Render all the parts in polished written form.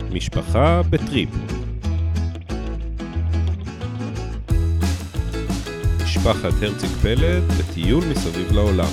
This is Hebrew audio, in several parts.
משפחה בטריפ. משפחת הרציג פלד בטיול מסביב לעולם.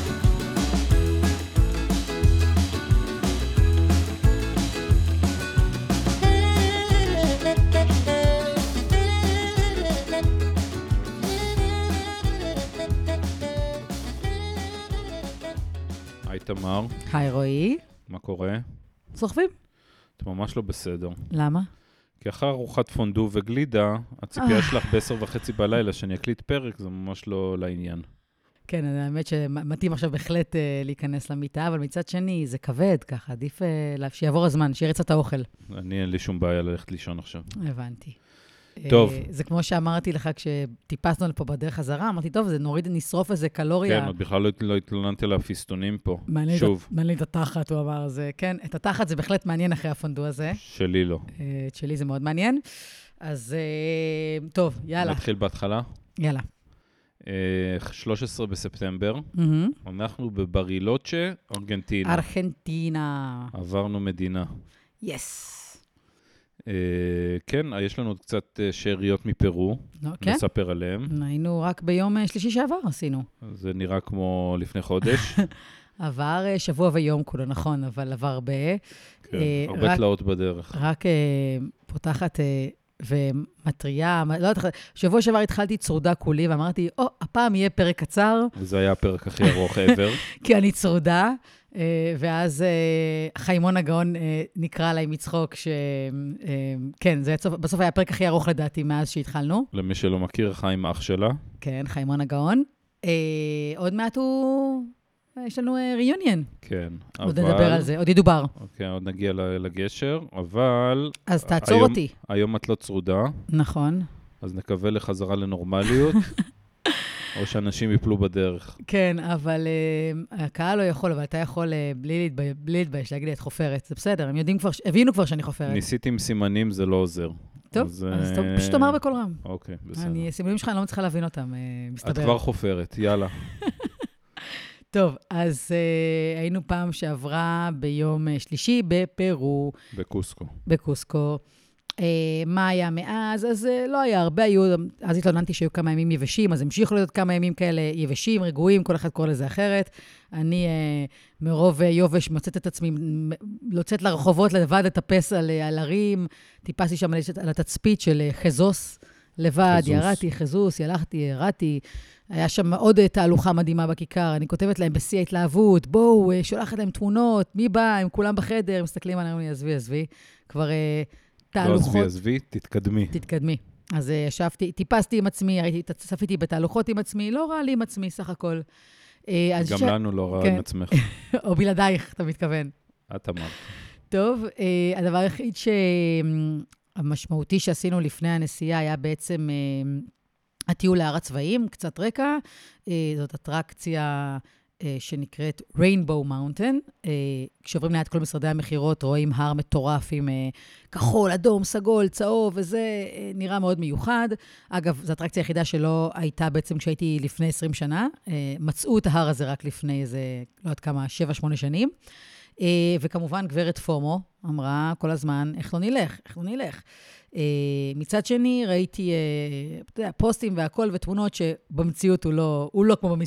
היי תמר. היי רועי. מה קורה? סוחבים? אתה ממש לא בסדר. למה? כי אחר ארוחת פונדו וגלידה, הציפייה שלך ב10:30 בלילה שאני אקליט פרק, זה ממש לא לעניין. כן, האמת שמתאים עכשיו בהחלט להיכנס למיטה, אבל מצד שני זה כבד ככה, עדיף שיעבור הזמן, שירצה את האוכל. אני אין לי שום בעיה ללכת לישון עכשיו. הבנתי. טוב. זה כמו שאמרתי לך כשטיפסנו לפה בדרך חזרה, אמרתי, טוב, זה נשרוף איזה קלוריה. כן, עוד בכלל לא התלוננתי על הפיסטונים פה. שוב. מעניין את התחת, הוא אמר. כן, את התחת זה בהחלט מעניין אחרי הפונדו הזה. שלי לא. את שלי זה מאוד מעניין. אז טוב, יאללה. נתחיל בהתחלה? יאללה. 13 בספטמבר, אנחנו בברילוצ'ה, ארגנטינה. ארגנטינה. עברנו מדינה. יס. כן, יש לנו עוד קצת שאריות מפרו, נספר עליהם. היינו רק ביום שלישי שעבר עשינו. זה נראה כמו לפני חודש. עבר שבוע ויום כולו, נכון, אבל עבר הרבה. כן, הרבה תלאות בדרך. רק פותחת ומטריה, לא יודעת, שבוע שעבר התחלתי צרודה כולי, ואמרתי, הפעם יהיה פרק קצר. וזה היה הפרק הכי ארוך ever. כי אני צרודה. ואז חיימון הגאון נקרא עליי מצחוק, כן, בסוף היה הפרק הכי ארוך לדעתי מאז שהתחלנו. למי שלא מכיר, חיים אח שלה. כן, חיימון הגאון. עוד מעט יש לנו ריוניון. כן, אבל... עוד נדבר על זה, עוד ידובר. אוקיי, עוד נגיע לגשר, אבל... אז תעצור אותי. היום את לא צרודה. נכון. אז נקווה לחזרה לנורמליות. או שאנשים יפלו בדרך. כן, אבל הקהל לא יכול, אבל אתה יכול בלי להתבייש, להגיד לי, את חופרת. זה בסדר, הם יודעים כבר, הבינו כבר שאני חופרת. ניסיתי עם סימנים, זה לא עוזר. טוב, אז פשוט אומר בכל רם. אוקיי, בסדר. סימנים שלך, אני לא מצליחה להבין אותם, מסתבר. את כבר חופרת, יאללה. טוב, אז היינו פעם שעברה ביום שלישי בפרו. בקוסקו. מה היה מאז? אז לא היה הרבה, אז התלוננתי שהיו כמה ימים יבשים, אז המשיכו להיות כמה ימים כאלה יבשים, רגועים, כל אחד קורא לזה אחרת. אני מרוב יובש מוצאת את עצמי, לוצאת לרחובות לבד לטפס על הרים, טיפסתי שם על התצפית של חזוס, לבד, ירדתי, חזוס, ילכתי, ירדתי, היה שם עוד תהלוכה מדהימה בכיכר, אני כותבת להם בשיא ההתלהבות, בואו, שולחת להם תמונות, מי בא, הם כולם בחדר, מסתכלים עליהם, עזבי, כבר... לא עזבי, תתקדמי. אז ישבתי, טיפסתי עם עצמי, צפיתי בתהלוכות עם עצמי, לא רע לי עם עצמי, סך הכל. גם לנו לא רע עם עצמך. או בלעדייך, אתה מתכוון. את אמרת. טוב, הדבר היחיד המשמעותי שעשינו לפני הנסיעה היה בעצם הטיול להר הצבעים, קצת רקע. זאת אטרקציה... שנקראת Rainbow Mountain. כשעוברים ליד כל משרדי המחירות, רואים הר מטורף עם כחול, אדום, סגול, צהוב, וזה נראה מאוד מיוחד. אגב, זו האטרקציה היחידה שלא הייתה בעצם כשהייתי לפני 20 שנה. מצאו את ההר הזה רק לפני איזה, לא יודעת כמה, 7-8 שנים. וכמובן, גברת פומו אמרה כל הזמן, איך לא נלך? מצד שני, ראיתי פוסטים והכל ותמונות שבמציאות הוא לא כמו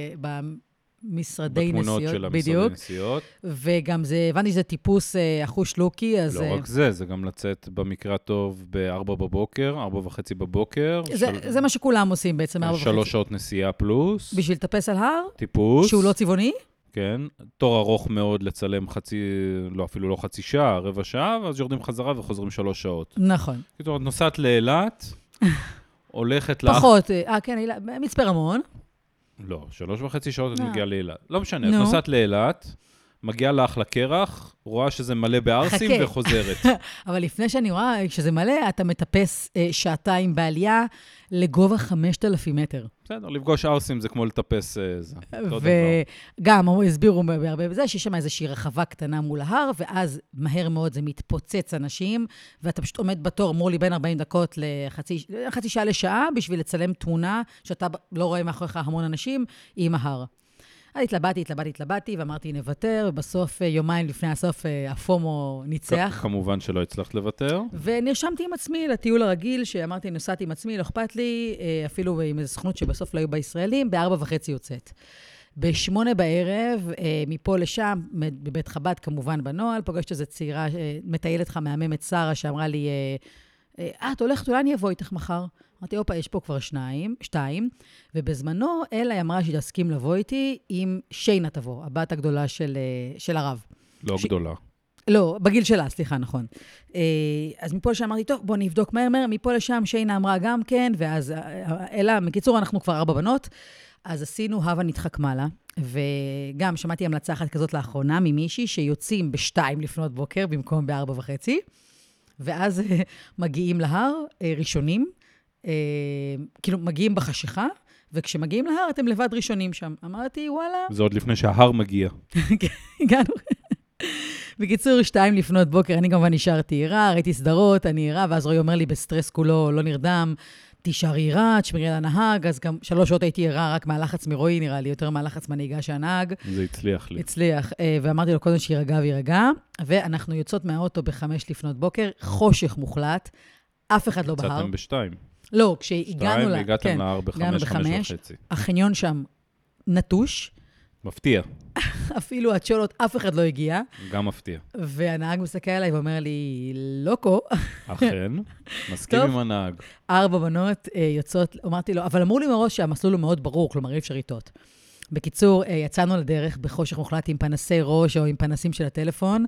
משרדי נסיעות, בתמונות של המשרדי נסיעות. וגם זה, הבנתי שזה טיפוס אחוש לוקי, אז... לא רק זה גם לצאת במקרה הטוב ב-4 בבוקר, 4:30 בבוקר. זה מה שכולם עושים בעצם, 4:30. 3 שעות נסיעה פלוס. בשביל לטפס על הר? טיפוס. שהוא לא צבעוני? כן. תור ארוך מאוד לצלם אפילו לא חצי שעה, רבע שעה, ואז יורדים חזרה וחוזרים 3 שעות. נכון. זאת אומרת, נוסעת לאילת, הולכת פחות, כן, מצפה רמון. לא, 3.5 שעות אני מגיעה לאילת. לא משנה, את נוסעת לאילת, מגיעה לך לקרח, רואה שזה מלא בארסים וחוזרת. אבל לפני שאני רואה שזה מלא, אתה מטפס שעתיים בעלייה לגובה 5,000 מטר. בסדר, לפגוש ארסים זה כמו לטפס זה. וגם הסבירו בהרבה בזה, שיש שם איזושהי רחבה קטנה מול ההר, ואז מהר מאוד זה מתפוצץ אנשים, ואתה פשוט עומד בתור, אמור לי בין 40 דקות לחצי שעה לשעה, בשביל לצלם תמונה, שאתה לא רואה מאחוריך המון אנשים, עם ההר. אז התלבטתי, ואמרתי, נוותר, ובסוף, יומיים לפני הסוף, הפומו ניצח. כמובן שלא הצלחת לוותר. ונרשמתי עם עצמי לטיול הרגיל, שאמרתי, נוסעתי עם עצמי, לא אכפת לי, אפילו עם איזו סוכנות שבסוף לא היו בישראלים, ב-4:30 יוצאת. ב-8 בערב, מפה לשם, בבית חב"ד, כמובן בנועל, פוגשת איזו צעירה, מטיילת לך מהממת שרה, שאמרה לי, את הולכת, אולי אני אבוא איתך מחר. אמרתי, אופה, יש פה כבר שתיים, ובזמנו, אלה אמרה שהיא תסכים לבוא איתי, אם שיינה תבוא, הבת הגדולה של הרב. לא גדולה. לא, בגיל שלה, סליחה, נכון. אז מפה לשם אמרתי, טוב, בוא נבדוק מהר, מפה לשם שיינה אמרה גם כן, ואז אלה, מקיצור, אנחנו כבר 4 בנות, אז עשינו הווה נדחק מעלה, וגם שמעתי המלצה אחת כזאת לאחרונה ממישהי, שיוצאים ב-2 לפנות בוקר, במקום ב-4:30, ואז מגיעים להר ראשונים, כאילו מגיעים בחשיכה, וכשמגיעים להר אתם לבד ראשונים שם. אמרתי, וואלה. זה עוד לפני שההר מגיע. הגענו. בקיצור, 2 לפנות בוקר, אני כמובן נשארתי עירה, ראיתי סדרות, אני עירה, ואז רועי אומר לי בסטרס כולו, לא נרדם, תישארי עירה, תשמרי על הנהג, אז גם 3 שעות הייתי עירה, רק מהלחץ מרועי, נראה לי, יותר מהלחץ מהנהיגה שהנהג. זה הצליח לי. הצליח, ואמרתי לו קודם שירגע, ואנחנו יוצאות מהאוטו ב-5 לפנות בוקר, חושך מוחלט, אף אחד לא בהר. יצאתם ב-2. לא, כשהגענו 2 והגעתם להר ב-5, 5:30. החניון שם נטוש. מפתיע. אפילו הצ'ולות, אף אחד לא הגיע. גם מפתיע. והנהג מסתכל עליי ואומר לי, לוקו. אכן, מסכים עם הנהג. 4 בנות יוצאות, אמרתי לו, אבל אמרו לי מראש שהמסלול הוא מאוד ברור, כלומר אי אפשר איתות. בקיצור, יצאנו לדרך בחושך מוחלט עם פנסי ראש או עם פנסים של הטלפון.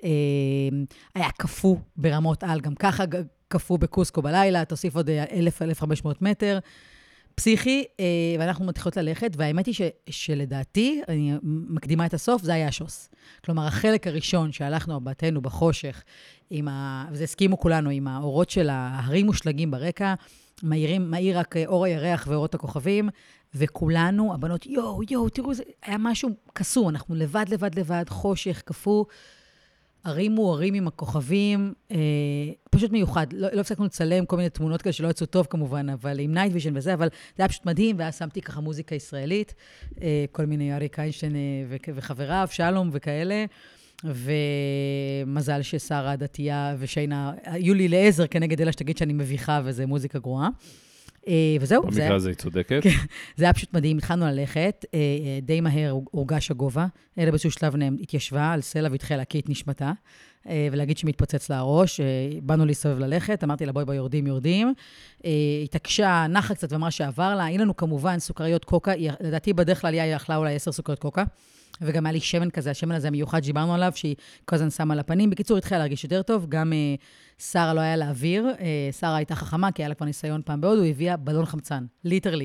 היה קפוא ברמות על, גם ככה קפוא בקוסקו בלילה, תוסיף עוד 1,000-1,500 מטר. פסיכי, ואנחנו מתחילות ללכת, והאמת היא שלדעתי, אני מקדימה את הסוף, זה היה השוס. כלומר, החלק הראשון שהלכנו בתינו בחושך, וזה הסכימו כולנו, עם האורות של ההרים מושלגים ברקע, מאיר רק אור הירח ואורות הכוכבים, וכולנו, הבנות, יואו, תראו, זה היה משהו קסום, אנחנו לבד, חושך, קפוא, הרים עם הכוכבים, פשוט מיוחד. לא הפסקנו לצלם כל מיני תמונות כאלה שלא יצאו טוב כמובן, אבל עם נייט ויז'ן וזה, אבל זה היה פשוט מדהים, ואז שמתי ככה מוזיקה ישראלית, כל מיני אריק איינשטיין וחבריו, שלום וכאלה, ומזל ששרה הדתייה ושיינה, היו לי לעזר כנגד אלה שתגיד שאני מביכה, וזה מוזיקה גרועה. וזהו. במקרה הזה היא צודקת. זה היה פשוט מדהים, התחלנו ללכת, די מהר הורגש הגובה, אלה באיזשהו שלב התיישבה על סלע והתחילה להקיא את נשמתה, ולהגיד שמתפוצץ לה הראש, באנו להסתובב ללכת, אמרתי לה בואי יורדים, התעקשה, נחה קצת ואמרה שעבר לה, אין לנו כמובן סוכריות קוקה, לדעתי בדרך כלל היא אכלה אולי 10 סוכריות קוקה, וגם היה לי שמן כזה, השמן הזה המיוחד שדיברנו עליו, שהיא כל הזמן שמה על הפנים. בקיצור, התחילה להרגיש יותר טוב, גם שרה לא היה לאוויר, שרה הייתה חכמה, כי היה לה כבר ניסיון פעם בהודו, היא הביאה בלון חמצן, ליטרלי.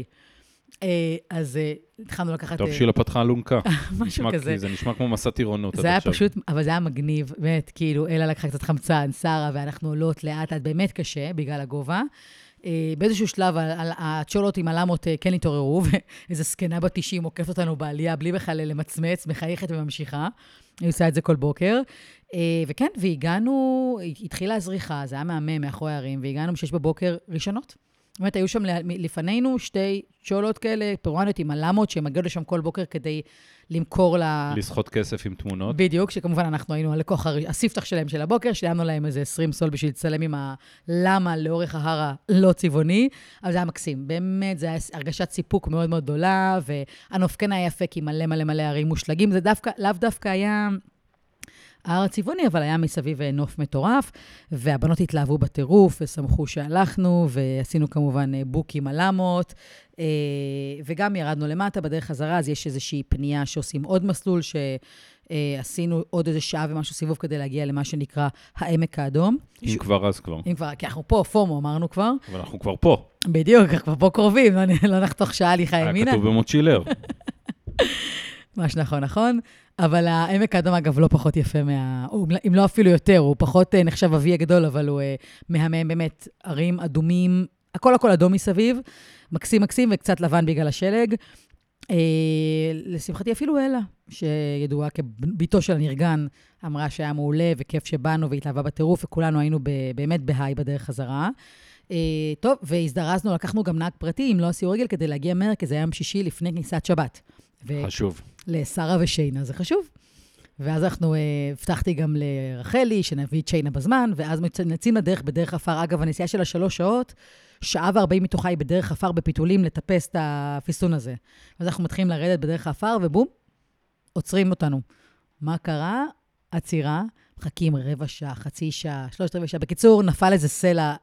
אז התחלנו לקחת... טוב, שילה פתחה אלונקה. משהו כזה. זה נשמע כמו מסע טירונות. זה היה פשוט, אבל זה היה מגניב, באמת, כאילו, אלה לקחה קצת חמצן, שרה, ואנחנו עולות לאט, באמת קשה, בגלל הגובה. באיזשהו שלב, הצ'ולות עם הלמות כן התעוררו, ואיזו סקנה ב-90 עוקפת אותנו בעלייה, בלי בכלל למצמץ, מחייכת וממשיכה. היא עושה את זה כל בוקר. וכן, והגענו, התחילה הזריחה, זה היה מהמם מאחורי הערים, והגענו ב-6 בבוקר ראשונות. באמת, היו שם לפנינו 2 צ'ולות כאלה, פרואניות עם הלמות, שהם הגיעו לשם כל בוקר כדי למכור לסחוט כסף עם תמונות. בדיוק, שכמובן אנחנו היינו הלקוח, הספתח שלהם של הבוקר, שלמנו להם איזה 20 סול בשביל לצלם עם הלמה לאורך ההר הלא צבעוני, אבל זה היה מקסים. באמת, זה היה הרגשת סיפוק מאוד מאוד גדולה, והנופקן היה יפה, כי מלא ערים מושלגים. זה לאו דווקא היה ההר הצבעוני, אבל היה מסביב נוף מטורף, והבנות התלהבו בטירוף, ושמחו שהלכנו, ועשינו כמובן בוקים הלמות, וגם ירדנו למטה בדרך חזרה, אז יש איזושהי פנייה שעושים עוד מסלול, שעשינו עוד איזה שעה ומשהו סיבוב כדי להגיע למה שנקרא העמק האדום. אם כבר, אז כבר. אם כבר, כי אנחנו פה, פומו, אמרנו כבר. אבל אנחנו כבר פה. בדיוק, אנחנו כבר פה קרובים, לא נחתוך שעה הליכה ימינה. היה כתוב במוצ'ילר. ממש נכון. אבל העמק האדום, אגב, לא פחות יפה אם לא אפילו יותר, הוא פחות נחשב אבי הגדול, אבל הוא מהמם באמת ערים אדומים, הכל אדום מסביב, מקסים, וקצת לבן בגלל השלג. לשמחתי אפילו אלה, שידועה כביתו של הנרגן, אמרה שהיה מעולה וכיף שבאנו והתלהבה בטירוף, וכולנו היינו באמת בהיי בדרך חזרה. טוב, והזדרזנו, לקחנו גם נהג פרטי, אם לא עשינו רגל, כדי להגיע מהר, כי זה היה יום שישי לפני כניסת שבת. חשוב. לשרה ושיינה, זה חשוב. ואז אנחנו הבטחתי גם לרחלי, שנביא את שיינה בזמן, ואז נצאים לדרך בדרך אפר. אגב, הנסיעה של 3 שעות, 1:40 מתוכה היא בדרך אפר בפיתולים לטפס את הפיסטון הזה. אז אנחנו מתחילים לרדת בדרך האפר, ובום, עוצרים אותנו. מה קרה? עצירה, מחכים 15 שעה, חצי שעה, 3/4 שעה. בקיצור, נפל איזה סלע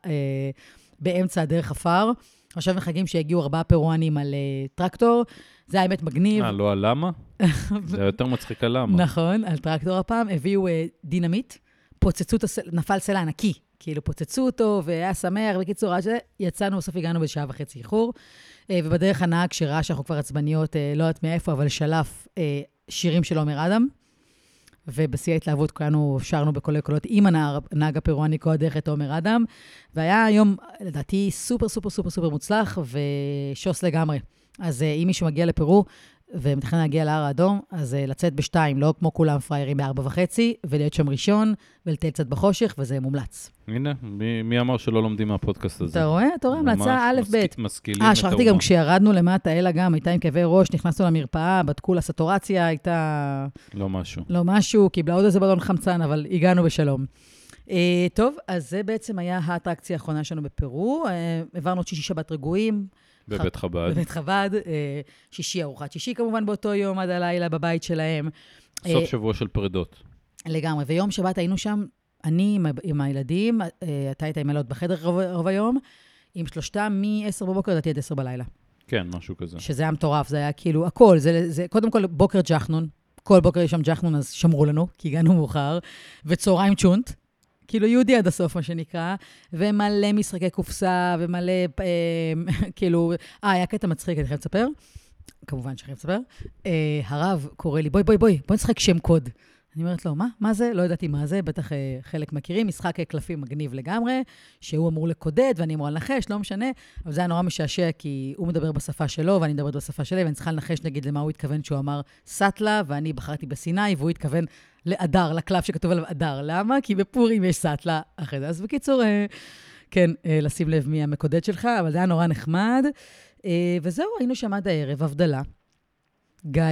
באמצע הדרך אפר. עכשיו מחכים שיגיעו 4 פירואנים על טרקטור. זה האמת מגניב. לא על למה? זה יותר מצחיק על למה. נכון, על טרקטור הפעם. הביאו דינמיט, פוצצו את נפל סלע ענקי. כאילו פוצצו אותו והיה שמח. בקיצור, עד שיצאנו, בסוף הגענו בשעה וחצי איחור. ובדרך הנהג שראה שאנחנו כבר עצבניות, לא יודעת מאיפה, אבל שלף שירים של עומר אדם. ובשיא ההתלהבות כולנו שרנו בקולי קולות עם הנהג הפירואני כל הדרך את עומר אדם. והיה היום, לדעתי, סופר, סופר, סופר, סופר מוצלח ושוס לגמרי. אז אם מישהו מגיע לפרו ומתכנן להגיע להר האדום, אז לצאת ב2, לא כמו כולם פריירים ב4:30, ולהיות שם ראשון, ולטייל קצת בחושך, וזה מומלץ. הנה, מי אמר שלא לומדים מהפודקאסט הזה? אתה רואה? אתה רואה, המלצה א' ב'. משכילים את האומה. שכחתי גם כשירדנו למטה, אלה גם, הייתה עם כאבי ראש, נכנסנו למרפאה, בדקו לסטורציה, הייתה... לא משהו, קיבלה עוד איזה בלון חמצן, אבל הגענו בשלום. טוב, אז זה בעצם היה האטרקציה האחרונה שלנו בפרו. עברנו עוד 6 שבת רגועים. בבית חב"ד. בבית חב"ד. שישי ארוחת שישי כמובן באותו יום עד הלילה בבית שלהם. סוף שבוע של פרדות. לגמרי. ויום שבת היינו שם, אני עם הילדים, אתה היית עם ילוד בחדר רוב היום, עם שלושתם מ-10 בבוקר לדעתי עד 10 בלילה. כן, משהו כזה. שזה היה מטורף, זה היה כאילו הכל. זה קודם כל בוקר ג'חנון, כל בוקר יש שם ג'חנון, אז שמרו לנו, כי הגענו מאוחר, וצהריים צ'ונט. כאילו יהודי עד הסוף, מה שנקרא, ומלא משחקי קופסה, ומלא, כאילו, היה קטע מצחיק, אני חייב לספר, כמובן שאני חייב לספר, הרב קורא לי, בואי נשחק שם קוד. אני אומרת לו, מה זה? לא ידעתי מה זה, בטח חלק מכירים, משחק קלפים מגניב לגמרי, שהוא אמור לקודד, ואני אמורה לנחש, לא משנה, אבל זה היה נורא משעשע, כי הוא מדבר בשפה שלו, ואני מדברת בשפה שלי, ואני צריכה לנחש, נגיד, למה הוא התכוון שהוא אמר סטלה, ואני בחרתי בסיני, והוא התכוון לאדר, לקלף שכתוב עליו אדר. למה? כי בפורים יש סטלה אחרי זה. אז בקיצור, כן, לשים לב מי המקודד שלך, אבל זה היה נורא נחמד. וזהו, היינו שם עד הערב, הבדלה. גיא,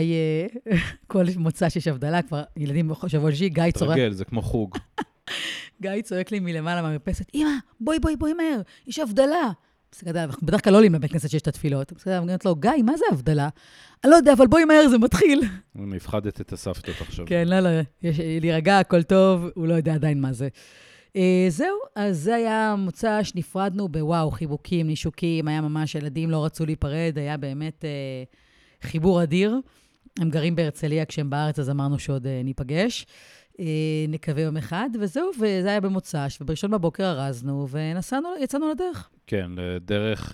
כל מוצא שיש הבדלה, כבר ילדים בשבוע שלישי, גיא צורק. תרגל, זה כמו חוג. גיא צועק לי מלמעלה מהמרפסת, אמא, בואי מהר, יש הבדלה. בדרך כלל לא עולים לבית כנסת שיש את התפילות. אני אומרת לו, גיא, מה זה הבדלה? אני לא יודע, אבל בואי מהר, זה מתחיל. הפחדת את הסבתות עכשיו. כן, לא, להירגע, הכל טוב, הוא לא יודע עדיין מה זה. זהו, אז זה היה מוצא שנפרדנו בוואו, חיבוקים, נישוקים, היה ממש, ילדים לא רצו להיפרד, היה באמת חיבור אדיר. הם גרים בהרצליה כשהם בארץ, אז אמרנו שעוד ניפגש. נקווה יום אחד, וזהו, וזה היה במוצ"ש, ובראשון בבוקר ארזנו, ויצאנו לדרך. כן, לדרך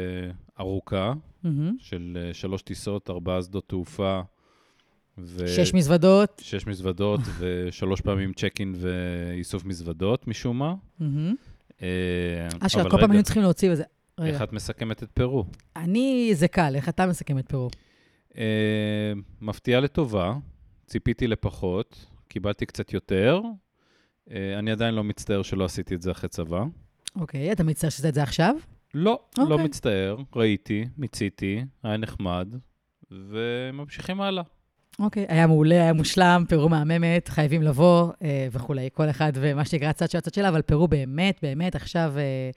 ארוכה, של 3 טיסות, 4 שדות תעופה, 6 מזוודות. 6 מזוודות, ו3 פעמים צ'קין ואיסוף מזוודות, משום מה. אשכרה, כל פעם היינו צריכים להוציא וזה. איך את מסכמת את פרו? זה קל, איך אתה מסכם את פרו? מפתיעה לטובה, ציפיתי לפחות, קיבלתי קצת יותר, אני עדיין לא מצטער שלא עשיתי את זה אחרי צבא. אוקיי, אתה מצטער שזה את זה עכשיו? לא, לא מצטער, ראיתי, מיציתי, היה נחמד, וממשיכים הלאה. אוקיי, היה מעולה, היה מושלם, פרו מהממת, חייבים לבוא וכולי, כל אחד ומה שנקרא הצד של הצד שלה, אבל פרו באמת, באמת, עכשיו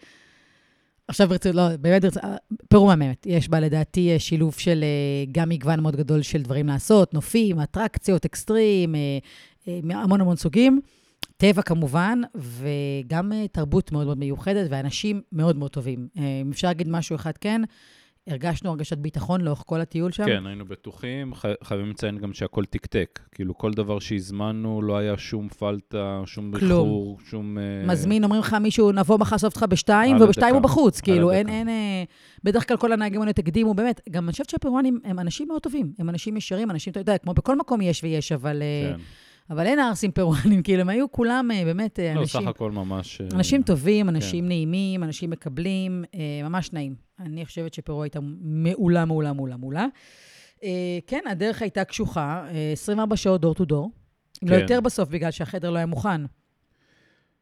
ברצות, לא, באמת ברצות, פרו מהממת. יש בה לדעתי שילוב של גם מגוון מאוד גדול של דברים לעשות, נופים, אטרקציות, אקסטרים, המון המון סוגים, טבע כמובן, וגם תרבות מאוד מאוד מיוחדת, ואנשים מאוד מאוד טובים. אם אפשר להגיד משהו אחד כן, הרגשנו הרגשת ביטחון לאורך כל הטיול שם. כן, היינו בטוחים, חייבים לציין גם שהכל תקתק. כאילו כל דבר שהזמנו, לא היה שום פלטה, שום בחור, שום... מזמין, אומרים לך מישהו, נבוא מחר סוף אותך ב2, וב2 הוא בחוץ. כאילו אין... בדרך כלל כל הנהגים האלה תקדימו, באמת, גם אני חושבת שהפירואנים הם אנשים מאוד טובים, הם אנשים ישרים, אנשים, אתה יודע, כמו בכל מקום יש ויש, אבל... כן. אבל אין ערסים פירואנים, כאילו הם היו כולם באמת אנשים... לא, סך הכל ממש... אנשים טובים, אנשים נעימים, אנשים מקבלים, ממש נעים. אני חושבת שפירו הייתה מעולה, מעולה, מעולה, מעולה. כן, הדרך הייתה קשוחה, 24 שעות דור טו דור. אם לא יותר בסוף, בגלל שהחדר לא היה מוכן.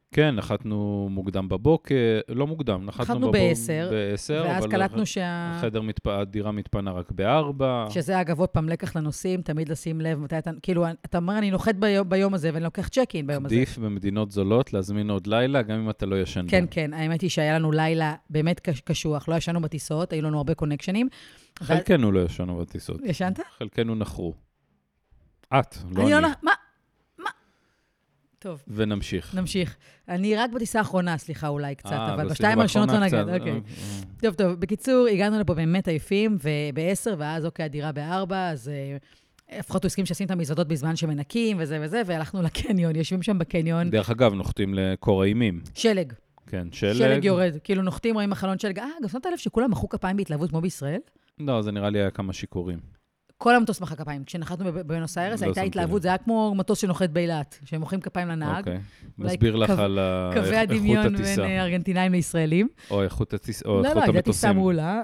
כן, נחתנו מוקדם בבוקר, לא מוקדם, נחתנו ב-10, ואז קלטנו הדירה מתפנה רק ב-4. שזה אגב עוד פעם לקח לנוסעים, תמיד לשים לב, כאילו, אתה אומר, אני נוחת ביום הזה, ואני לוקח צ'ק-אין ביום הזה. עדיף במדינות זולות להזמין עוד לילה, גם אם אתה לא ישן בו. כן, כן, האמת היא שהיה לנו לילה באמת קשוח, לא ישנו בטיסות, היו לנו הרבה קונקשנים. חלקנו לא ישנו בטיסות. ישנת? חלקנו נחרו. את, לא אני. מה? טוב. ונמשיך. נמשיך. אני רק בטיסה האחרונה, סליחה, אולי קצת, אבל בשתיים הראשונות לא נגד. אוקיי. טוב, בקיצור, הגענו לפה באמת עייפים, וב-10, ואז אוקיי, הדירה ב-4, אז לפחות הוא הסכים שעשים את המזוודות בזמן שמנקים, וזה, והלכנו לקניון, יושבים שם בקניון. דרך אגב, נוחתים לקור אימים. שלג. כן, שלג. שלג יורד. כאילו נוחתים, רואים החלון שלג. גם שמת לב שכולם מחאו כפיים בהתלהבות כמו בישראל? לא, זה נראה לי היה כמה שיכורים. כל המטוס מחא כפיים. כשנחתנו בבואנוס איירס, הייתה התלהבות, זה היה כמו מטוס שנוחת באילת, שהם מוחאים כפיים לנהג. אוקיי. מסביר לך על איכות הטיסה. קווי הדמיון בין ארגנטינאים לישראלים. או איכות המטוסים. לא, הייתה טיסה מעולה.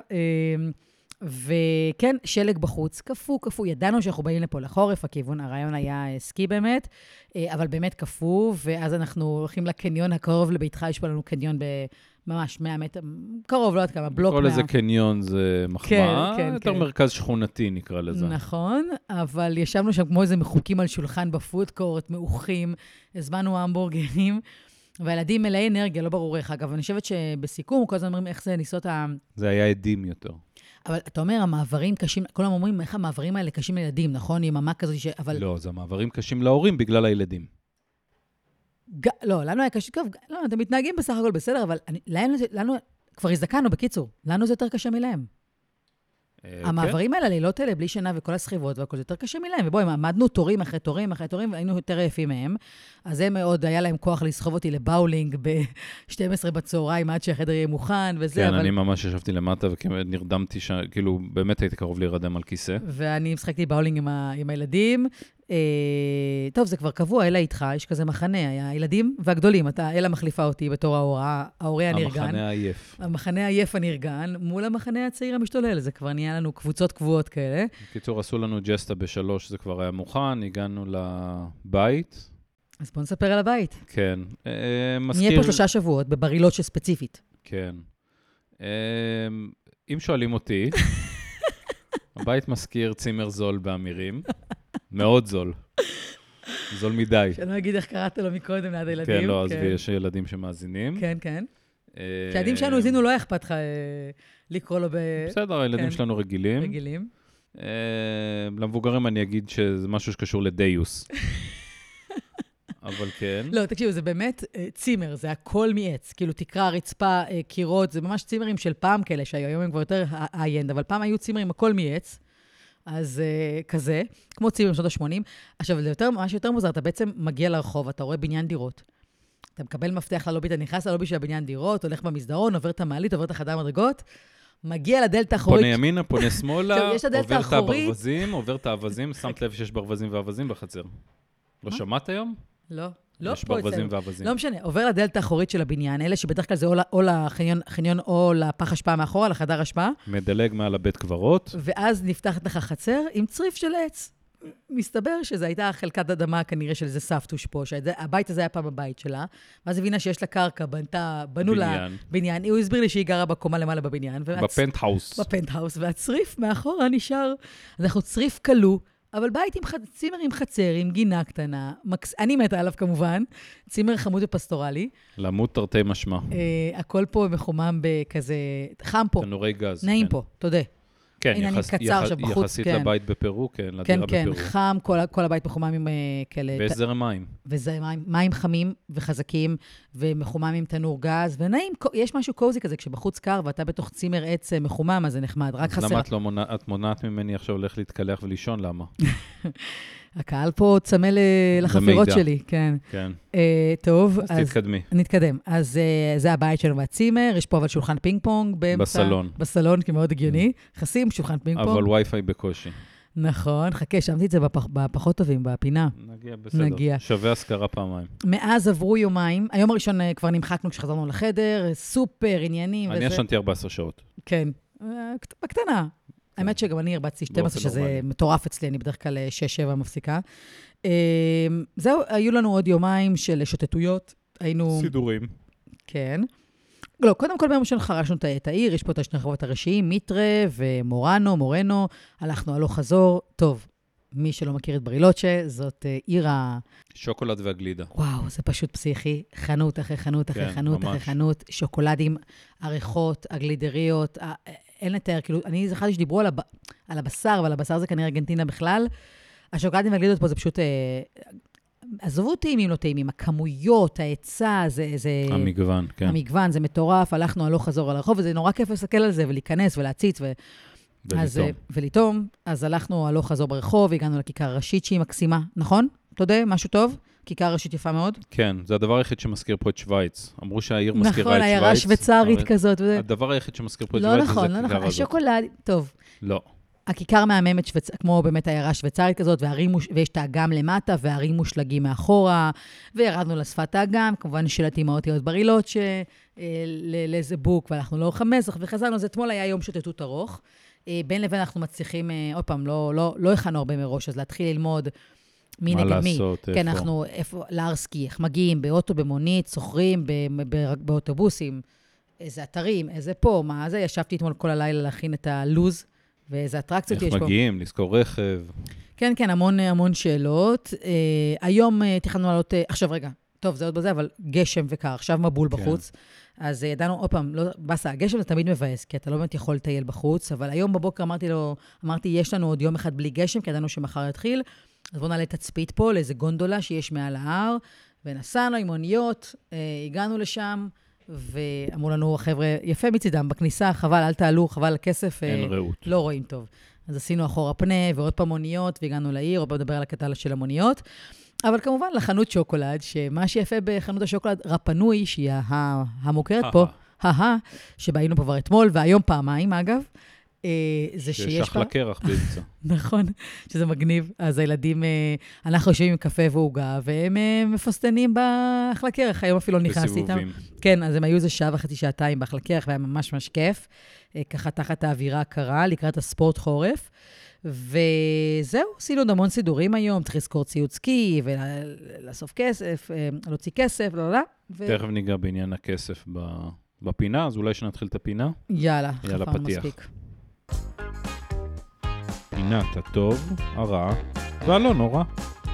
וכן, שלג בחוץ, קפוא. ידענו שאנחנו באים לפה לחורף, הרעיון היה סקי באמת, אבל באמת קפוא, ואז אנחנו הולכים לקניון הקרוב לביתך, יש פה לנו קניון ממש 100 מטר, קרוב, לא יודעת כמה, בלוק 100. כל איזה קניון זה מחמאה, יותר מרכז שכונתי נקרא לזה. נכון, אבל ישבנו שם כמו איזה מחוקים על שולחן בפודקורט, מעוכים, הזמנו המבורגרים, והילדים מלאי אנרגיה, לא ברור איך. אגב, אני חושבת שבסיכום, כל הזמן אומרים איך זה ניסות זה היה עדים יותר. אבל אתה אומר, המעברים קשים, כל הזמן אומרים איך המעברים האלה קשים לילדים, נכון? עם עמק כזאת אבל... לא, זה המעברים קשים להורים בגלל הילדים. לא, לנו היה קשה, לא, אתם מתנהגים בסך הכל בסדר, אבל לנו, כבר הזדקנו בקיצור, לנו זה יותר קשה מלהם. המעברים האלה, לילות האלה, בלי שינה וכל הסחיבות, והכל זה יותר קשה מלהם. ובואי, עמדנו תורים אחרי תורים, והיינו יותר יפים מהם. אז הם מאוד, היה להם כוח לסחוב אותי לבאולינג ב-12 בצהריים, עד שהחדר יהיה מוכן, וזה. כן, אני ממש ישבתי למטה, ונרדמתי, כאילו, באמת הייתי קרוב להירדם על כיסא. ואני משחקתי באולינג עם הילדים. טוב, זה כבר קבוע, אלה איתך, יש כזה מחנה, הילדים והגדולים, אלה מחליפה אותי בתור ההורי הנרגן. המחנה העייף. המחנה העייף הנרגן, מול המחנה הצעיר המשתולל, זה כבר נהיה לנו קבוצות קבועות כאלה. בקיצור, עשו לנו ג'סטה ב-3, זה כבר היה מוכן, הגענו לבית. אז בוא נספר על הבית. כן. נהיה פה 3 שבועות, בברילות שספציפית. כן. אם שואלים אותי, הבית מזכיר צימר זול באמירים. מאוד זול. זול מדי. שאני לא אגיד איך קראת לו מקודם ליד הילדים. כן, לא, אז יש ילדים שמאזינים. כן, כן. כשהילדים שלנו הזינו, לא אכפת לך לקרוא לו בסדר, הילדים שלנו רגילים. רגילים. למבוגרים אני אגיד שזה משהו שקשור לדיוס. אבל כן. לא, תקשיבו, זה באמת צימר, זה הכל מעץ. כאילו תקרה, רצפה, קירות, זה ממש צימרים של פעם כאלה, שהיום הם כבר יותר היינד, אבל פעם היו צימרים הכל מעץ. אז כזה, כמו צימרים שנות ה-80. עכשיו, ממש יותר מוזר, אתה בעצם מגיע לרחוב, אתה רואה בניין דירות. אתה מקבל מפתח ללובי, אתה נכנס ללובי של הבניין דירות, הולך במסדרון, עובר את המעלית, עובר את החדר מדרגות, מגיע לדלת האחורית. פונה ימינה, פונה שמאלה, עובר את הברווזים, עובר את האווזים, שמת לב שיש ברווזים ואווזים בחצר. לא שמעת היום? לא. יש ברווזים ואווזים. לא משנה, עובר לדלת האחורית של הבניין, אלה שבדרך כלל זה או לחניון או לפח השפעה מאחורה, לחדר השפעה. מדלג מעל הבית קברות. ואז נפתחת לך חצר עם צריף של עץ. מסתבר שזו הייתה חלקת אדמה כנראה של איזה סבתוש פה, שהבית הזה היה פעם הבית שלה, ואז הבינה שיש לה קרקע, בנו לה בניין. הוא הסביר לי שהיא גרה בקומה למעלה בבניין. בפנטהאוס. בפנטהאוס, והצריף מאחורה נשאר. אז אנחנו צריף קלו, אבל בית עם צימר עם חצר, עם גינה קטנה, אני מתה עליו כמובן, צימר חמוד ופסטורלי. למות תרתי משמע. הכל פה מחומם בכזה, חם פה. תנורי גז. נעים פה, תודה. כן, יחסית לבית בפרו, כן, לדירה בפרו. כן, כן, חם, כל הבית מחומם עם כאלה... ויש זרם מים. מים חמים וחזקים, ומחומם עם תנור גז, ונעים, יש משהו קוזי כזה, כשבחוץ קר, ואתה בתוך צימר עץ מחומם, אז זה נחמד, רק חסר. אז למה את מונעת ממני עכשיו הולך להתקלח ולישון, למה? הקהל פה צמא לחפירות שלי, כן. כן. טוב, אז תתקדמי. נתקדם. אז זה הבית שלנו והצימר, יש פה אבל שולחן פינג פונג באמצע. בסלון, כי מאוד הגיוני. חסים, שולחן פינג פונג. אבל וי-פיי בקושי. נכון, חכה, שמתי את זה בפחות טובים, בפינה. נגיע, בסדר. שווה הזכרה פעמיים. מאז עברו יומיים, היום הראשון כבר נמחקנו כשחזרנו לחדר, סופר, עניינים וזה. אני ישנתי 14 שעות. כן, בקטנה. האמת שגם אני הרבצתי 12, שזה מטורף אצלי, אני בדרך כלל 6-7 מפסיקה. זהו, היו לנו עוד יומיים של שוטטויות. היינו... סידורים. כן. לא, קודם כל ביום ראשון חרשנו את העיר, יש פה את השני רחובות הראשיים, מיטרה ומורנו, הלכנו הלוך חזור. טוב, מי שלא מכיר את ברילוצ'ה, זאת עיר שוקולד והגלידה. וואו, זה פשוט פסיכי. חנות אחרי חנות אחרי חנות אחרי חנות, שוקולדים, עריכות, הגלידריות, אין לתאר, כאילו, אני זכרתי שדיברו על הבשר, אבל הבשר זה כנראה ארגנטינה בכלל. השוקולדים והגלידות פה זה פשוט... עזבו טעימים, לא טעימים, הכמויות, ההיצע, זה... המגוון, כן. המגוון, זה מטורף, הלכנו הלוך חזור על הרחוב, וזה נורא כיף לסתכל על זה, ולהיכנס ולהציץ, ולטום. אז הלכנו הלוך חזור ברחוב, הגענו לכיכר הראשית שהיא מקסימה, נכון? אתה יודע, משהו טוב? כיכר ראשית יפה מאוד? כן, זה הדבר היחיד שמזכיר פה את שוויץ. אמרו שהעיר מזכירה את שוויץ. נכון, העיירה שוויצרית כזאת. הדבר היחיד שמזכיר פה את שוויץ זה הכיכר הזאת. לא נכון, השוקולד, טוב. לא. הכיכר מהממת, כמו באמת העיירה שוויצרית כזאת, ויש את האגם למטה, והערים מושלגים מאחורה, וירדנו לשפת האגם, כמובן שלטים האותיות ברילות, לאיזה בוק, והלכנו לאורך המזח, וחזרנו, זה אתמול היה יום שוטטות ארוך. בין לבין אנחנו מצליחים, עוד פעם, לא הכנו הרבה מראש, אז להתחיל ללמוד מי נגד מי. מה לעשות, איפה? כן, אנחנו, לארסקי, איך מגיעים, באוטו, במונית, סוחרים, באוטובוסים, איזה אתרים, איזה פה, מה זה, ישבתי אתמול כל הלילה להכין את הלוז, ואיזה אטרקציות יש פה. איך מגיעים, לזכור רכב. כן, כן, המון שאלות. היום תכננו לעלות, עכשיו רגע, טוב, זה עוד בזה, אבל גשם וקר, עכשיו מבול בחוץ. אז ידענו, עוד פעם, לא, בסה, הגשם זה תמיד מבאס, כי אתה לא באמת יכול לטייל בחוץ, אבל היום בבוקר אמרתי, יש לנו עוד יום אחד בלי גשם, כי ידענו שמחר יתחיל, אז בואו נעלה תצפית פה לאיזה גונדולה שיש מעל ההר, ונסענו עם אוניות, הגענו לשם, ואמרו לנו, החבר'ה, יפה מצידם, בכניסה, חבל, אל תעלו, חבל הכסף. אין ראות. לא רואים טוב. אז עשינו אחורה פנה, ועוד פעם מוניות, והגענו לעיר, עוד פעם נדבר על הקטע של המוניות. אבל כמובן, לחנות שוקולד, שמה שיפה בחנות השוקולד, רפנוי, שהיא המוכרת פה, שבה היינו פה כבר אתמול, והיום פעמיים, אגב, זה שיש שח לקרח באמצע. נכון, שזה מגניב. אז הילדים, אנחנו יושבים עם קפה ועוגה, והם מפסטנים באחלה קרח. היום אפילו נכנסתי איתם. כן, אז הם היו איזה שעה וחצי, שעתיים באחלה קרח, והיה ממש ממש כיף. ככה תחת האווירה הקרה, לקראת הספורט חורף. וזהו, עשינו עוד המון סידורים היום, צריך לזכור ציוד סקי, ולאסוף כסף, להוציא כסף, תכף ניגע בעניין הכסף בפינה, אז אולי שנתחיל את הפינה? יאללה, פתיח. פינת הטוב, הרע, והלא נורא.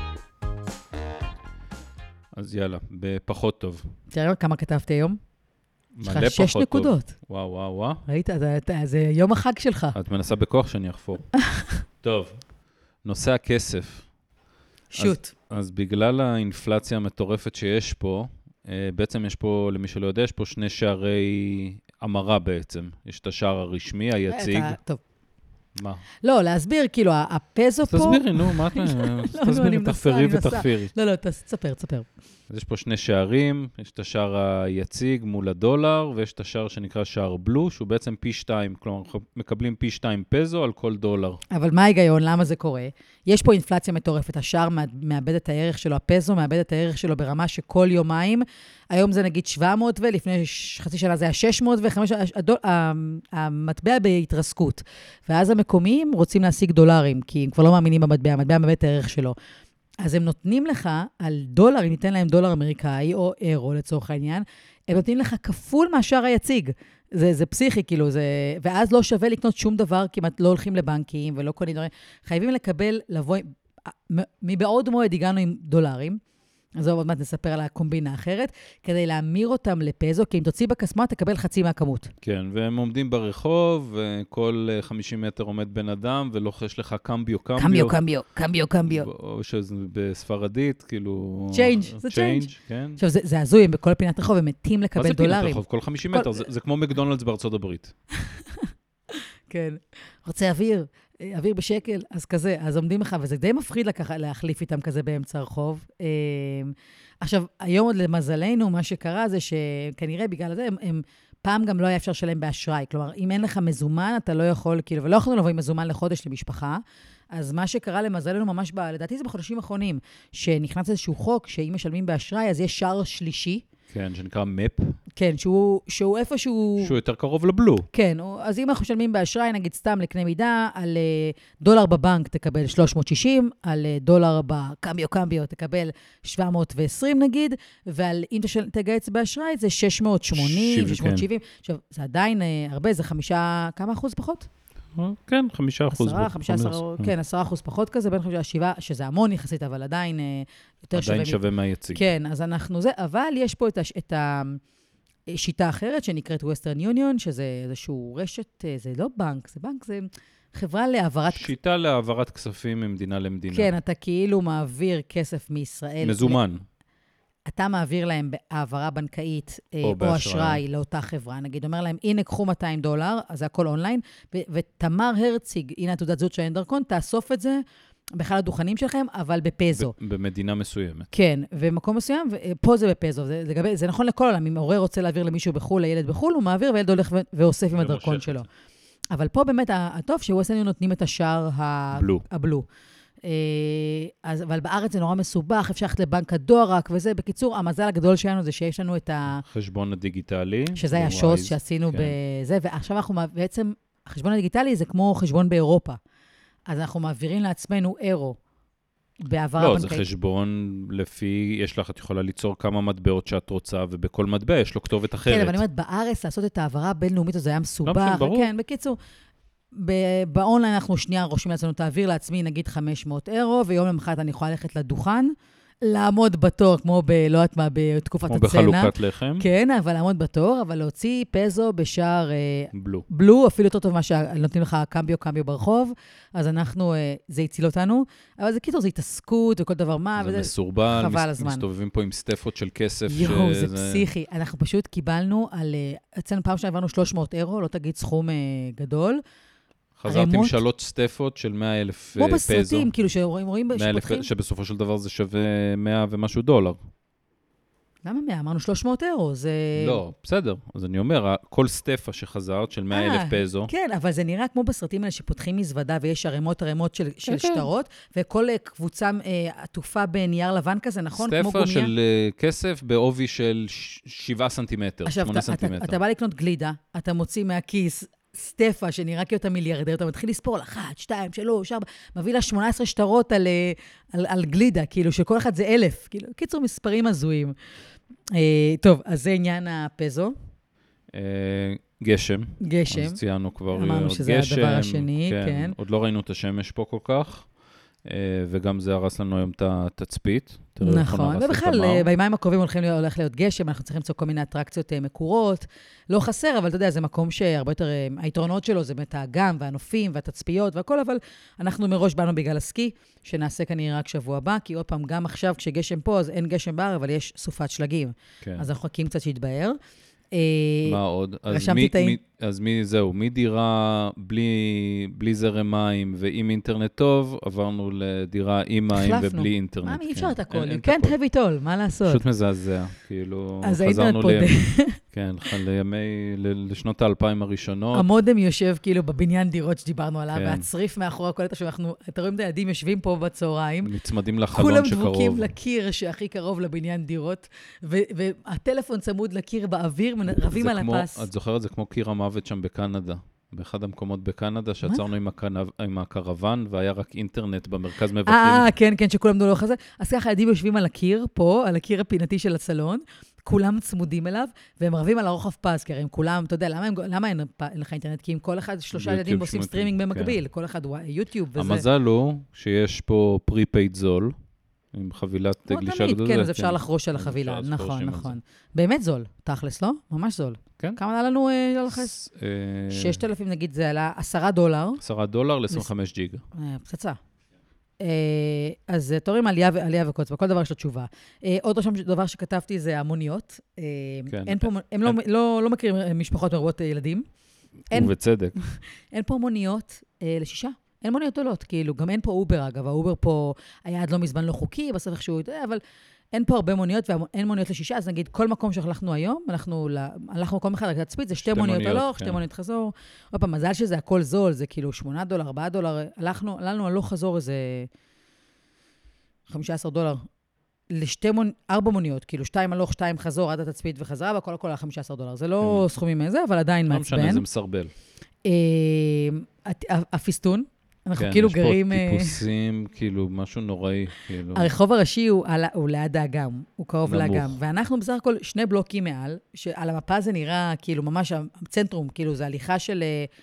אז יאללה, בפחות טוב. תראה כמה כתבתי היום. מלא פחות טוב. 6 נקודות. וואו. ראית, זה יום החג שלך. את מנסה בכוח שאני אחפור. טוב, נושא הכסף. שוט. אז בגלל האינפלציה המטורפת שיש פה, בעצם יש פה, למי שלא יודע, יש פה 2 שערי המרה בעצם. יש את השער הרשמי, היציג. טוב. מה? לא, להסביר, כאילו, הפזו פה... תסבירי, נו, מה אתה... תסבירי, תחפרי. לא, תספר. אז יש פה 2 שערים, יש את השער היציג מול הדולר, ויש את השער שנקרא שער בלו, שהוא בעצם פי 2, כלומר, מקבלים פי 2 פזו על כל דולר. אבל מה ההיגיון? למה זה קורה? יש פה אינפלציה מטורפת, השער מאבד את הערך שלו, הפזו מאבד את הערך שלו ברמה שכל יומיים, היום זה נגיד 700, ולפני חצי שנה זה היה 600, המטבע בהתרסקות. ואז המקומיים רוצים להשיג דולרים, כי הם כבר לא מאמינים במטבע, המטבע מאבד את הערך שלו. אז הם נותנים לך על דולר, אם ניתן להם דולר אמריקאי או אירו לצורך העניין, הם נותנים לך כפול מהשער היציג. זה פסיכי, כאילו, ואז לא שווה לקנות שום דבר, כמעט לא הולכים לבנקים ולא קונים דברים. חייבים לקבל, לבוא, מבעוד מועד הגענו עם דולרים, אז עוד מעט נספר על הקומבינה האחרת, כדי להמיר אותם לפזו, כי אם תוציא בכספומט, תקבל חצי מהכמות. כן, והם עומדים ברחוב, וכל 50 מטר עומד בן אדם, ולוחש לך קמביו. או שזה בספרדית, כאילו... צ'יינג', זה צ'יינג'. כן. עכשיו, זה הזוי, הם בכל פינת רחוב, הם מתים לקבל דולרים. מה זה פינת רחוב? כל 50 מטר, זה כמו מקדונלדס בארצות הברית. כן. רוצה אוויר בשקל, אז כזה, אז עומדים לך, וזה די מפחיד להחליף איתם כזה באמצע הרחוב. עכשיו, היום עוד למזלנו, מה שקרה זה שכנראה בגלל זה, הם פעם גם לא היה אפשר לשלם באשראי. כלומר, אם אין לך מזומן, אתה לא יכול, כאילו, ולא יכולנו לבוא עם מזומן לחודש למשפחה. אז מה שקרה למזלנו ממש, לדעתי זה בחודשים האחרונים, שנכנס איזשהו חוק, שאם משלמים באשראי, אז יש שער שלישי. כן, שנקרא מפ. כן, שהוא איפשהו... שהוא יותר קרוב לבלו. כן, אז אם אנחנו משלמים באשראי, נגיד סתם לקנה מידה, על דולר בבנק תקבל 360, על דולר בקמביו תקבל 720 נגיד, ועל אם תגייס באשראי זה 680, 670. עכשיו, זה עדיין הרבה, זה 5, כמה אחוז פחות? כן, 5%. 15, כן, 10% פחות כזה, בין 5-7, שזה המון יחסית, אבל עדיין יותר שווה. עדיין שווה מהיציג. כן, אז אנחנו זה, אבל יש פה את השיטה אחרת, שנקראת Western Union, שזה איזשהו רשת, זה לא בנק, זה חברה להעברת... שיטה להעברת כספים ממדינה למדינה. כן, אתה כאילו מעביר כסף מישראל. מזומן. אתה מעביר להם בהעברה בנקאית או אשראי לאותה חברה. נגיד, אומר להם, הנה, קחו $200, אז זה הכל אונליין, ותמר הרציג, הנה תעודת זהות שאין דרכון, תאסוף את זה באחד הדוכנים שלכם, אבל בפזו. במדינה מסוימת. כן, ומקום מסוים, פה זה בפזו. זה נכון לכל העולם. אם ההורה רוצה להעביר למישהו בחול, לילד בחול, הוא מעביר, וילד הולך ואוסף עם הדרכון שלו. אבל פה באמת הטוב, שווסטרן נותנים את השער הבלו. אבל בארץ זה נורא מסובך, אפשר ללכת לבנק הדואר רק וזה. בקיצור, המזל הגדול שלנו זה שיש לנו את החשבון הדיגיטלי. שזה היה שוס שעשינו בזה, ועכשיו אנחנו בעצם, החשבון הדיגיטלי זה כמו חשבון באירופה. אז אנחנו מעבירים לעצמנו אירו בעברה בנקאית. לא, זה חשבון לפי, את יכולה ליצור כמה מטבעות שאת רוצה, ובכל מטבע יש לו כתובת אחרת. כן, אבל אני אומרת, בארץ לעשות את העברה הבינלאומית, זה היה מסובך. כן, בקיצור. באונליין אנחנו שנייה רושמים לעצמנו, תעביר לעצמי נגיד 500 אירו, ויום למחרת אני יכולה ללכת לדוכן, לעמוד בתור, כמו לא יודעת מה, בתקופת הצנע. כמו בחלוקת לחם. כן, אבל לעמוד בתור, אבל להוציא פזו בשער בלו, אפילו יותר טוב מה שנותנים לך קמביו ברחוב, אז אנחנו, זה הציל אותנו, אבל זה קיצור, זה התעסקות וכל דבר מה. זה מסורבל, מסתובבים פה עם סטפות של כסף. יואו, זה פסיכי. אנחנו פשוט קיבלנו אצלנו פעם שעברנו 300 אירו, לא תגיד סכום גדול, חזרתי עם 3 סטפות של 100,000 פזו. כמו בסרטים, כאילו שרואים שפותחים. שבסופו של דבר זה שווה 100 ומשהו דולר. למה 100? אמרנו 300 אירו, זה... לא, בסדר. אז אני אומר, כל סטפה שחזרת של 100,000 פזו... כן, אבל זה נראה כמו בסרטים האלה שפותחים מזוודה ויש ערימות של שטרות, וכל קבוצה עטופה בנייר לבן כזה, נכון? סטפה של כסף בעובי של 7 סנטימטר, 8 סנטימטר. עכשיו, אתה בא לקנות גלידה, אתה מוציא מהכיס סטפה, שנראה כאותה מיליארדר, אתה מתחיל לספור 1, 2, 3, 4, מביא לה 18 שטרות על גלידה, כאילו שכל אחד זה 1,000, כאילו, קיצור מספרים הזויים. טוב, אז זה עניין הפזו. גשם. גשם. אז ציינו כבר אמרנו שזה גשם, הדבר השני, כן. עוד לא ראינו את השמש פה כל כך, וגם זה הרס לנו היום את התצפית. נכון, ובכלל, בימים הקרובים הולך להיות גשם, אנחנו צריכים למצוא כל מיני אטרקציות מקורות, לא חסר, אבל אתה יודע, זה מקום שהרבה יותר, היתרונות שלו זה באמת האגם והנופים והתצפיות והכל, אבל אנחנו מראש באנו בגלל הסקי, שנעשה כנראה רק שבוע הבא, כי עוד פעם, גם עכשיו כשגשם פה, אז אין גשם בר, אבל יש סופת שלגים. אז אנחנו חכים קצת שיתבהר. מה עוד? אז זהו, מדירה בלי זרם מים ועם אינטרנט טוב, עברנו לדירה עם מים ובלי אינטרנט. מה, אי אפשר את הכל? You can't have it all, מה לעשות? פשוט מזעזע, כאילו חזרנו לשנות ה-2000 הראשונות. המודם יושב כאילו בבניין דירות שדיברנו עליו, והצריף מאחורי הקולטה שאנחנו, אתה רואים את הילדים יושבים פה בצהריים, נצמדים לחלון שקרוב. כולם דבוקים לקיר שהכי קרוב לבניין דירות, והטלפון צמוד לקיר באוויר, רבים על הפס. את זוכרת, זה כמו קיר המוות שם בקנדה. באחד המקומות בקנדה, שעצרנו עם הקרוון, והיה רק אינטרנט במרכז מבקרים. כן, שכולם דולו אחרי זה. אז ככה, ילדים יושבים על הקיר, פה, על הקיר הפינתי של הסלון, כולם צמודים אליו, והם רבים על הרוחב פס, כי הם כולם, אתה יודע, למה אין לך אינטרנט? כי אם כל אחד, 3 ילדים עושים סטרימינג במקביל, כל אחד יוטיוב וזה. המזל הוא שיש פה פרי-פייד זול, עם חבילת גלישה גדולה. כן, אז אפשר לחרוש על החבילה, נכון. באמת זול, תכלס, לא? ממש זול. כן. כמה עלה לנו לחס? 6,000 נגיד, זה עלה $10. $10 ל-25 ג'יגה. פצצה. אז תורים עלייה וקוץ, וכל דבר יש לו תשובה. עוד דבר שכתבתי זה המוניות. הם לא מכירים משפחות מרובות ילדים. ובצדק. אין פה מוניות ל6. אין מוניות עולות, כאילו, גם אין פה אובר, אגב, האובר פה היה עד לא מזמן לא חוקי, בסוף איכשהו, אבל אין פה הרבה מוניות, ואין מוניות ל6, אז נגיד, כל מקום שהלכנו היום, הלכנו מקום אחד, רק תצפית, זה 2 מוניות הלוך, 2 מוניות חזור. עוד פעם, מזל שזה הכל זול, זה כאילו $8, $4, הלכנו הלוך חזור איזה $15. ל4 מוניות, כאילו 2 הלוך, 2 חזור, עד התצפית וחזרה, והכל הכל היה $15. זה לא סכומים איזה, אבל עדיין מעצבן. לא משנה, זה מסרבל. הפיסטון, אנחנו כאילו גרים... כן, יש פה טיפוסים, כאילו, משהו נוראי. הרחוב הראשי הוא ליד האגם, הוא קרוב לאגם, ואנחנו בסך הכל 2 בלוקים מעל, שעל המפה זה נראה כאילו ממש הצנטרום, כאילו זה הליכה של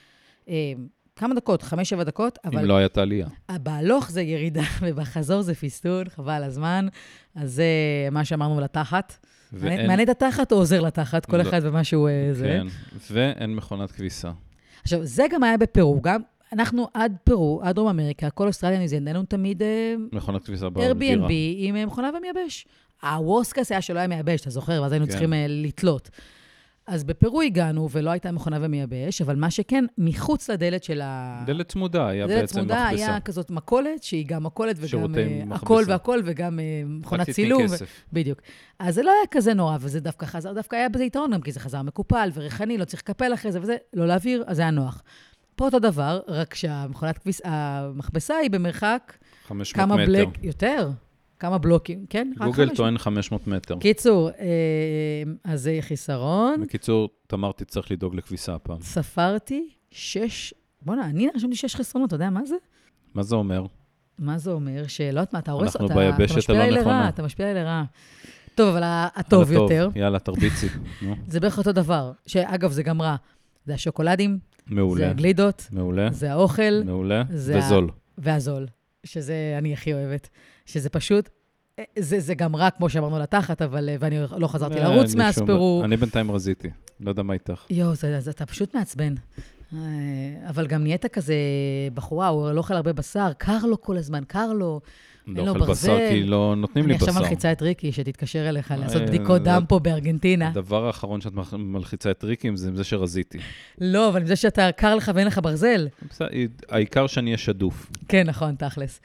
כמה דקות, 5-7 דקות, אבל... אם לא הייתה עלייה. בהלוך זה ירידה, ובחזור זה פיסטון, חבל הזמן, אז זה מה שאמרנו לתחת. מענה את התחת או עוזר לתחת, כל אחד ומה שהוא זה. כן, ואין מכונת כביסה. עכשיו, זה גם היה בפרו, גם אנחנו עד פרו, עד דרום אמריקה, כל אוסטרליה ניו-זילנד, היינו תמיד מכונת כביסה בדירה. Airbnb עם מכונה ומייבש. הווסקס היה שלא היה מייבש, אתה זוכר, ואז היינו צריכים לתלות. אז בפרו הגענו, ולא הייתה מכונה ומייבש, אבל מה שכן, מחוץ לדלת של דלת צמודה, היה בעצם מכבסה. דלת צמודה, היה כזאת מקולת, שהיא גם מקולת וגם הכל והכל, וגם מכונת צילום. בדיוק. אז זה לא היה כזה נורא, וזה דווקא חזר, דווקא היה בזה יתרון גם, כי זה חזר מקופל ורחני, לא צריך לקפל אחרי זה וזה, לא להעביר, אז זה היה נוח. פה אותו דבר, רק שהמכונת המכבסה היא במרחק 500 מטר. יותר. כמה בלוקים, כן? גוגל טוען 500 מטר. קיצור, אז זה חיסרון. בקיצור, תמר תצטרך לדאוג לכביסה הפעם. ספרתי 6, אני רשמתי 6 חסרונות, אתה יודע מה זה? מה זה אומר? מה זה אומר? שלא יודעת מה, אתה הורס, אנחנו ביבשת הלא נכונה. אתה משפיע לי לרע. טוב, אבל הטוב יותר. יאללה, תרביצי. זה בערך אותו דבר, שאגב, זה גם רע. זה השוקולדים, מעולה. זה הגלידות, מעולה. זה האוכל. מעולה. וזול. והזול, שזה אני הכי אוהבת. שזה פשוט, זה גם רע, כמו שאמרנו לתחת, ואני לא חזרתי לרוץ מהספרו. אני בינתיים רזיתי, לא יודע מה איתך. אתה פשוט מעצבן. אבל גם נהיית כזה בחורה, הוא לא אוכל הרבה בשר, קר לו כל הזמן, קר לו. לא אוכל בשר, כי לא נותנים לי בשר. אני עכשיו מלחיצה את ריקי, שתתקשר אליך לעשות בדיקות דם פה בארגנטינה. הדבר האחרון שאת מלחיצה את ריקי, זה עם זה שרזיתי. לא, אבל עם זה שאתה קר לך ואין לך ברזל. העיקר שאני אהיה שדוף. כן, נכון, תכלס.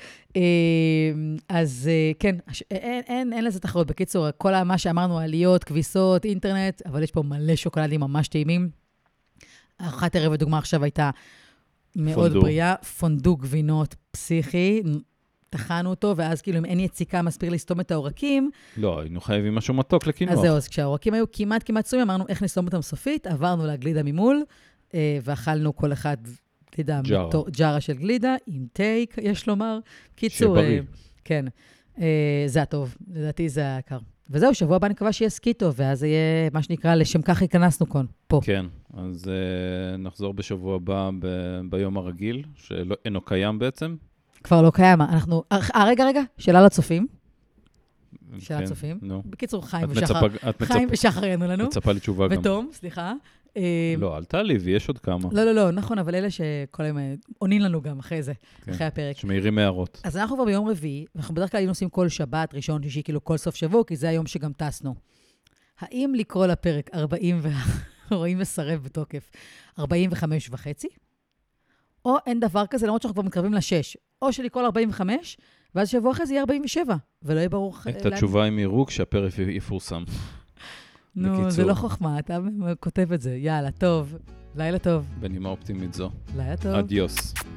אז כן, אין לזה תחרות. בקיצור, כל מה שאמרנו, עליות, כביסות, אינטרנט, אבל יש פה מלא שוקולדים ממש טעימים. ארוחת ערב, לדוגמה, עכשיו הייתה מאוד בריאה, פונדו גבינות פסיכי, טחנו אותו, ואז כאילו אם אין יציקה מספיק לסתום את העורקים. לא, היינו חייבים משהו מתוק לקינוח. אז זהו, אז כשהעורקים היו כמעט סומים, אמרנו איך נסתום אותם סופית, עברנו לגלידה ממול, ואכלנו כל אחד ג'ארה של גלידה, עם טייק, יש לומר. קיצור, כן, זה הטוב, לדעתי זה העיקר. וזהו, שבוע הבא נקווה שיהיה סקיטו, ואז יהיה מה שנקרא, לשם כך הכנסנו פה. כן, אז נחזור בשבוע הבא ביום הרגיל, שאינו קיים בעצם. כבר לא קיים. אנחנו... רגע, שאלה לצופים. שאלה לצופים. בקיצור, חיים ושחר יענו לנו. מצפה לי תשובה גם. ותום, סליחה. לא, אל תעליבי, יש עוד כמה. לא, נכון, אבל אלה שכל היום עונים לנו גם אחרי זה, אחרי הפרק. שמעירים הערות. אז אנחנו כבר ביום רביעי, אנחנו בדרך כלל היינו עושים כל שבת, ראשון, שישי, כאילו כל סוף שבוע, כי זה היום שגם טסנו. האם לקרוא לפרק 40 רואים מסרב בתוקף 45.5? או אין דבר כזה, למרות שאנחנו כבר מתקרבים ל6. או שלקרוא ל45, ואז שבוע אחרי זה יהיה 47, ולא יהיה ברור... את התשובה הם יראו כשהפרק יפורסם. נו, זה לא חוכמה, אתה כותב את זה. יאללה, טוב. לילה טוב. בנימה אופטימית זו. לילה טוב. אדיוס.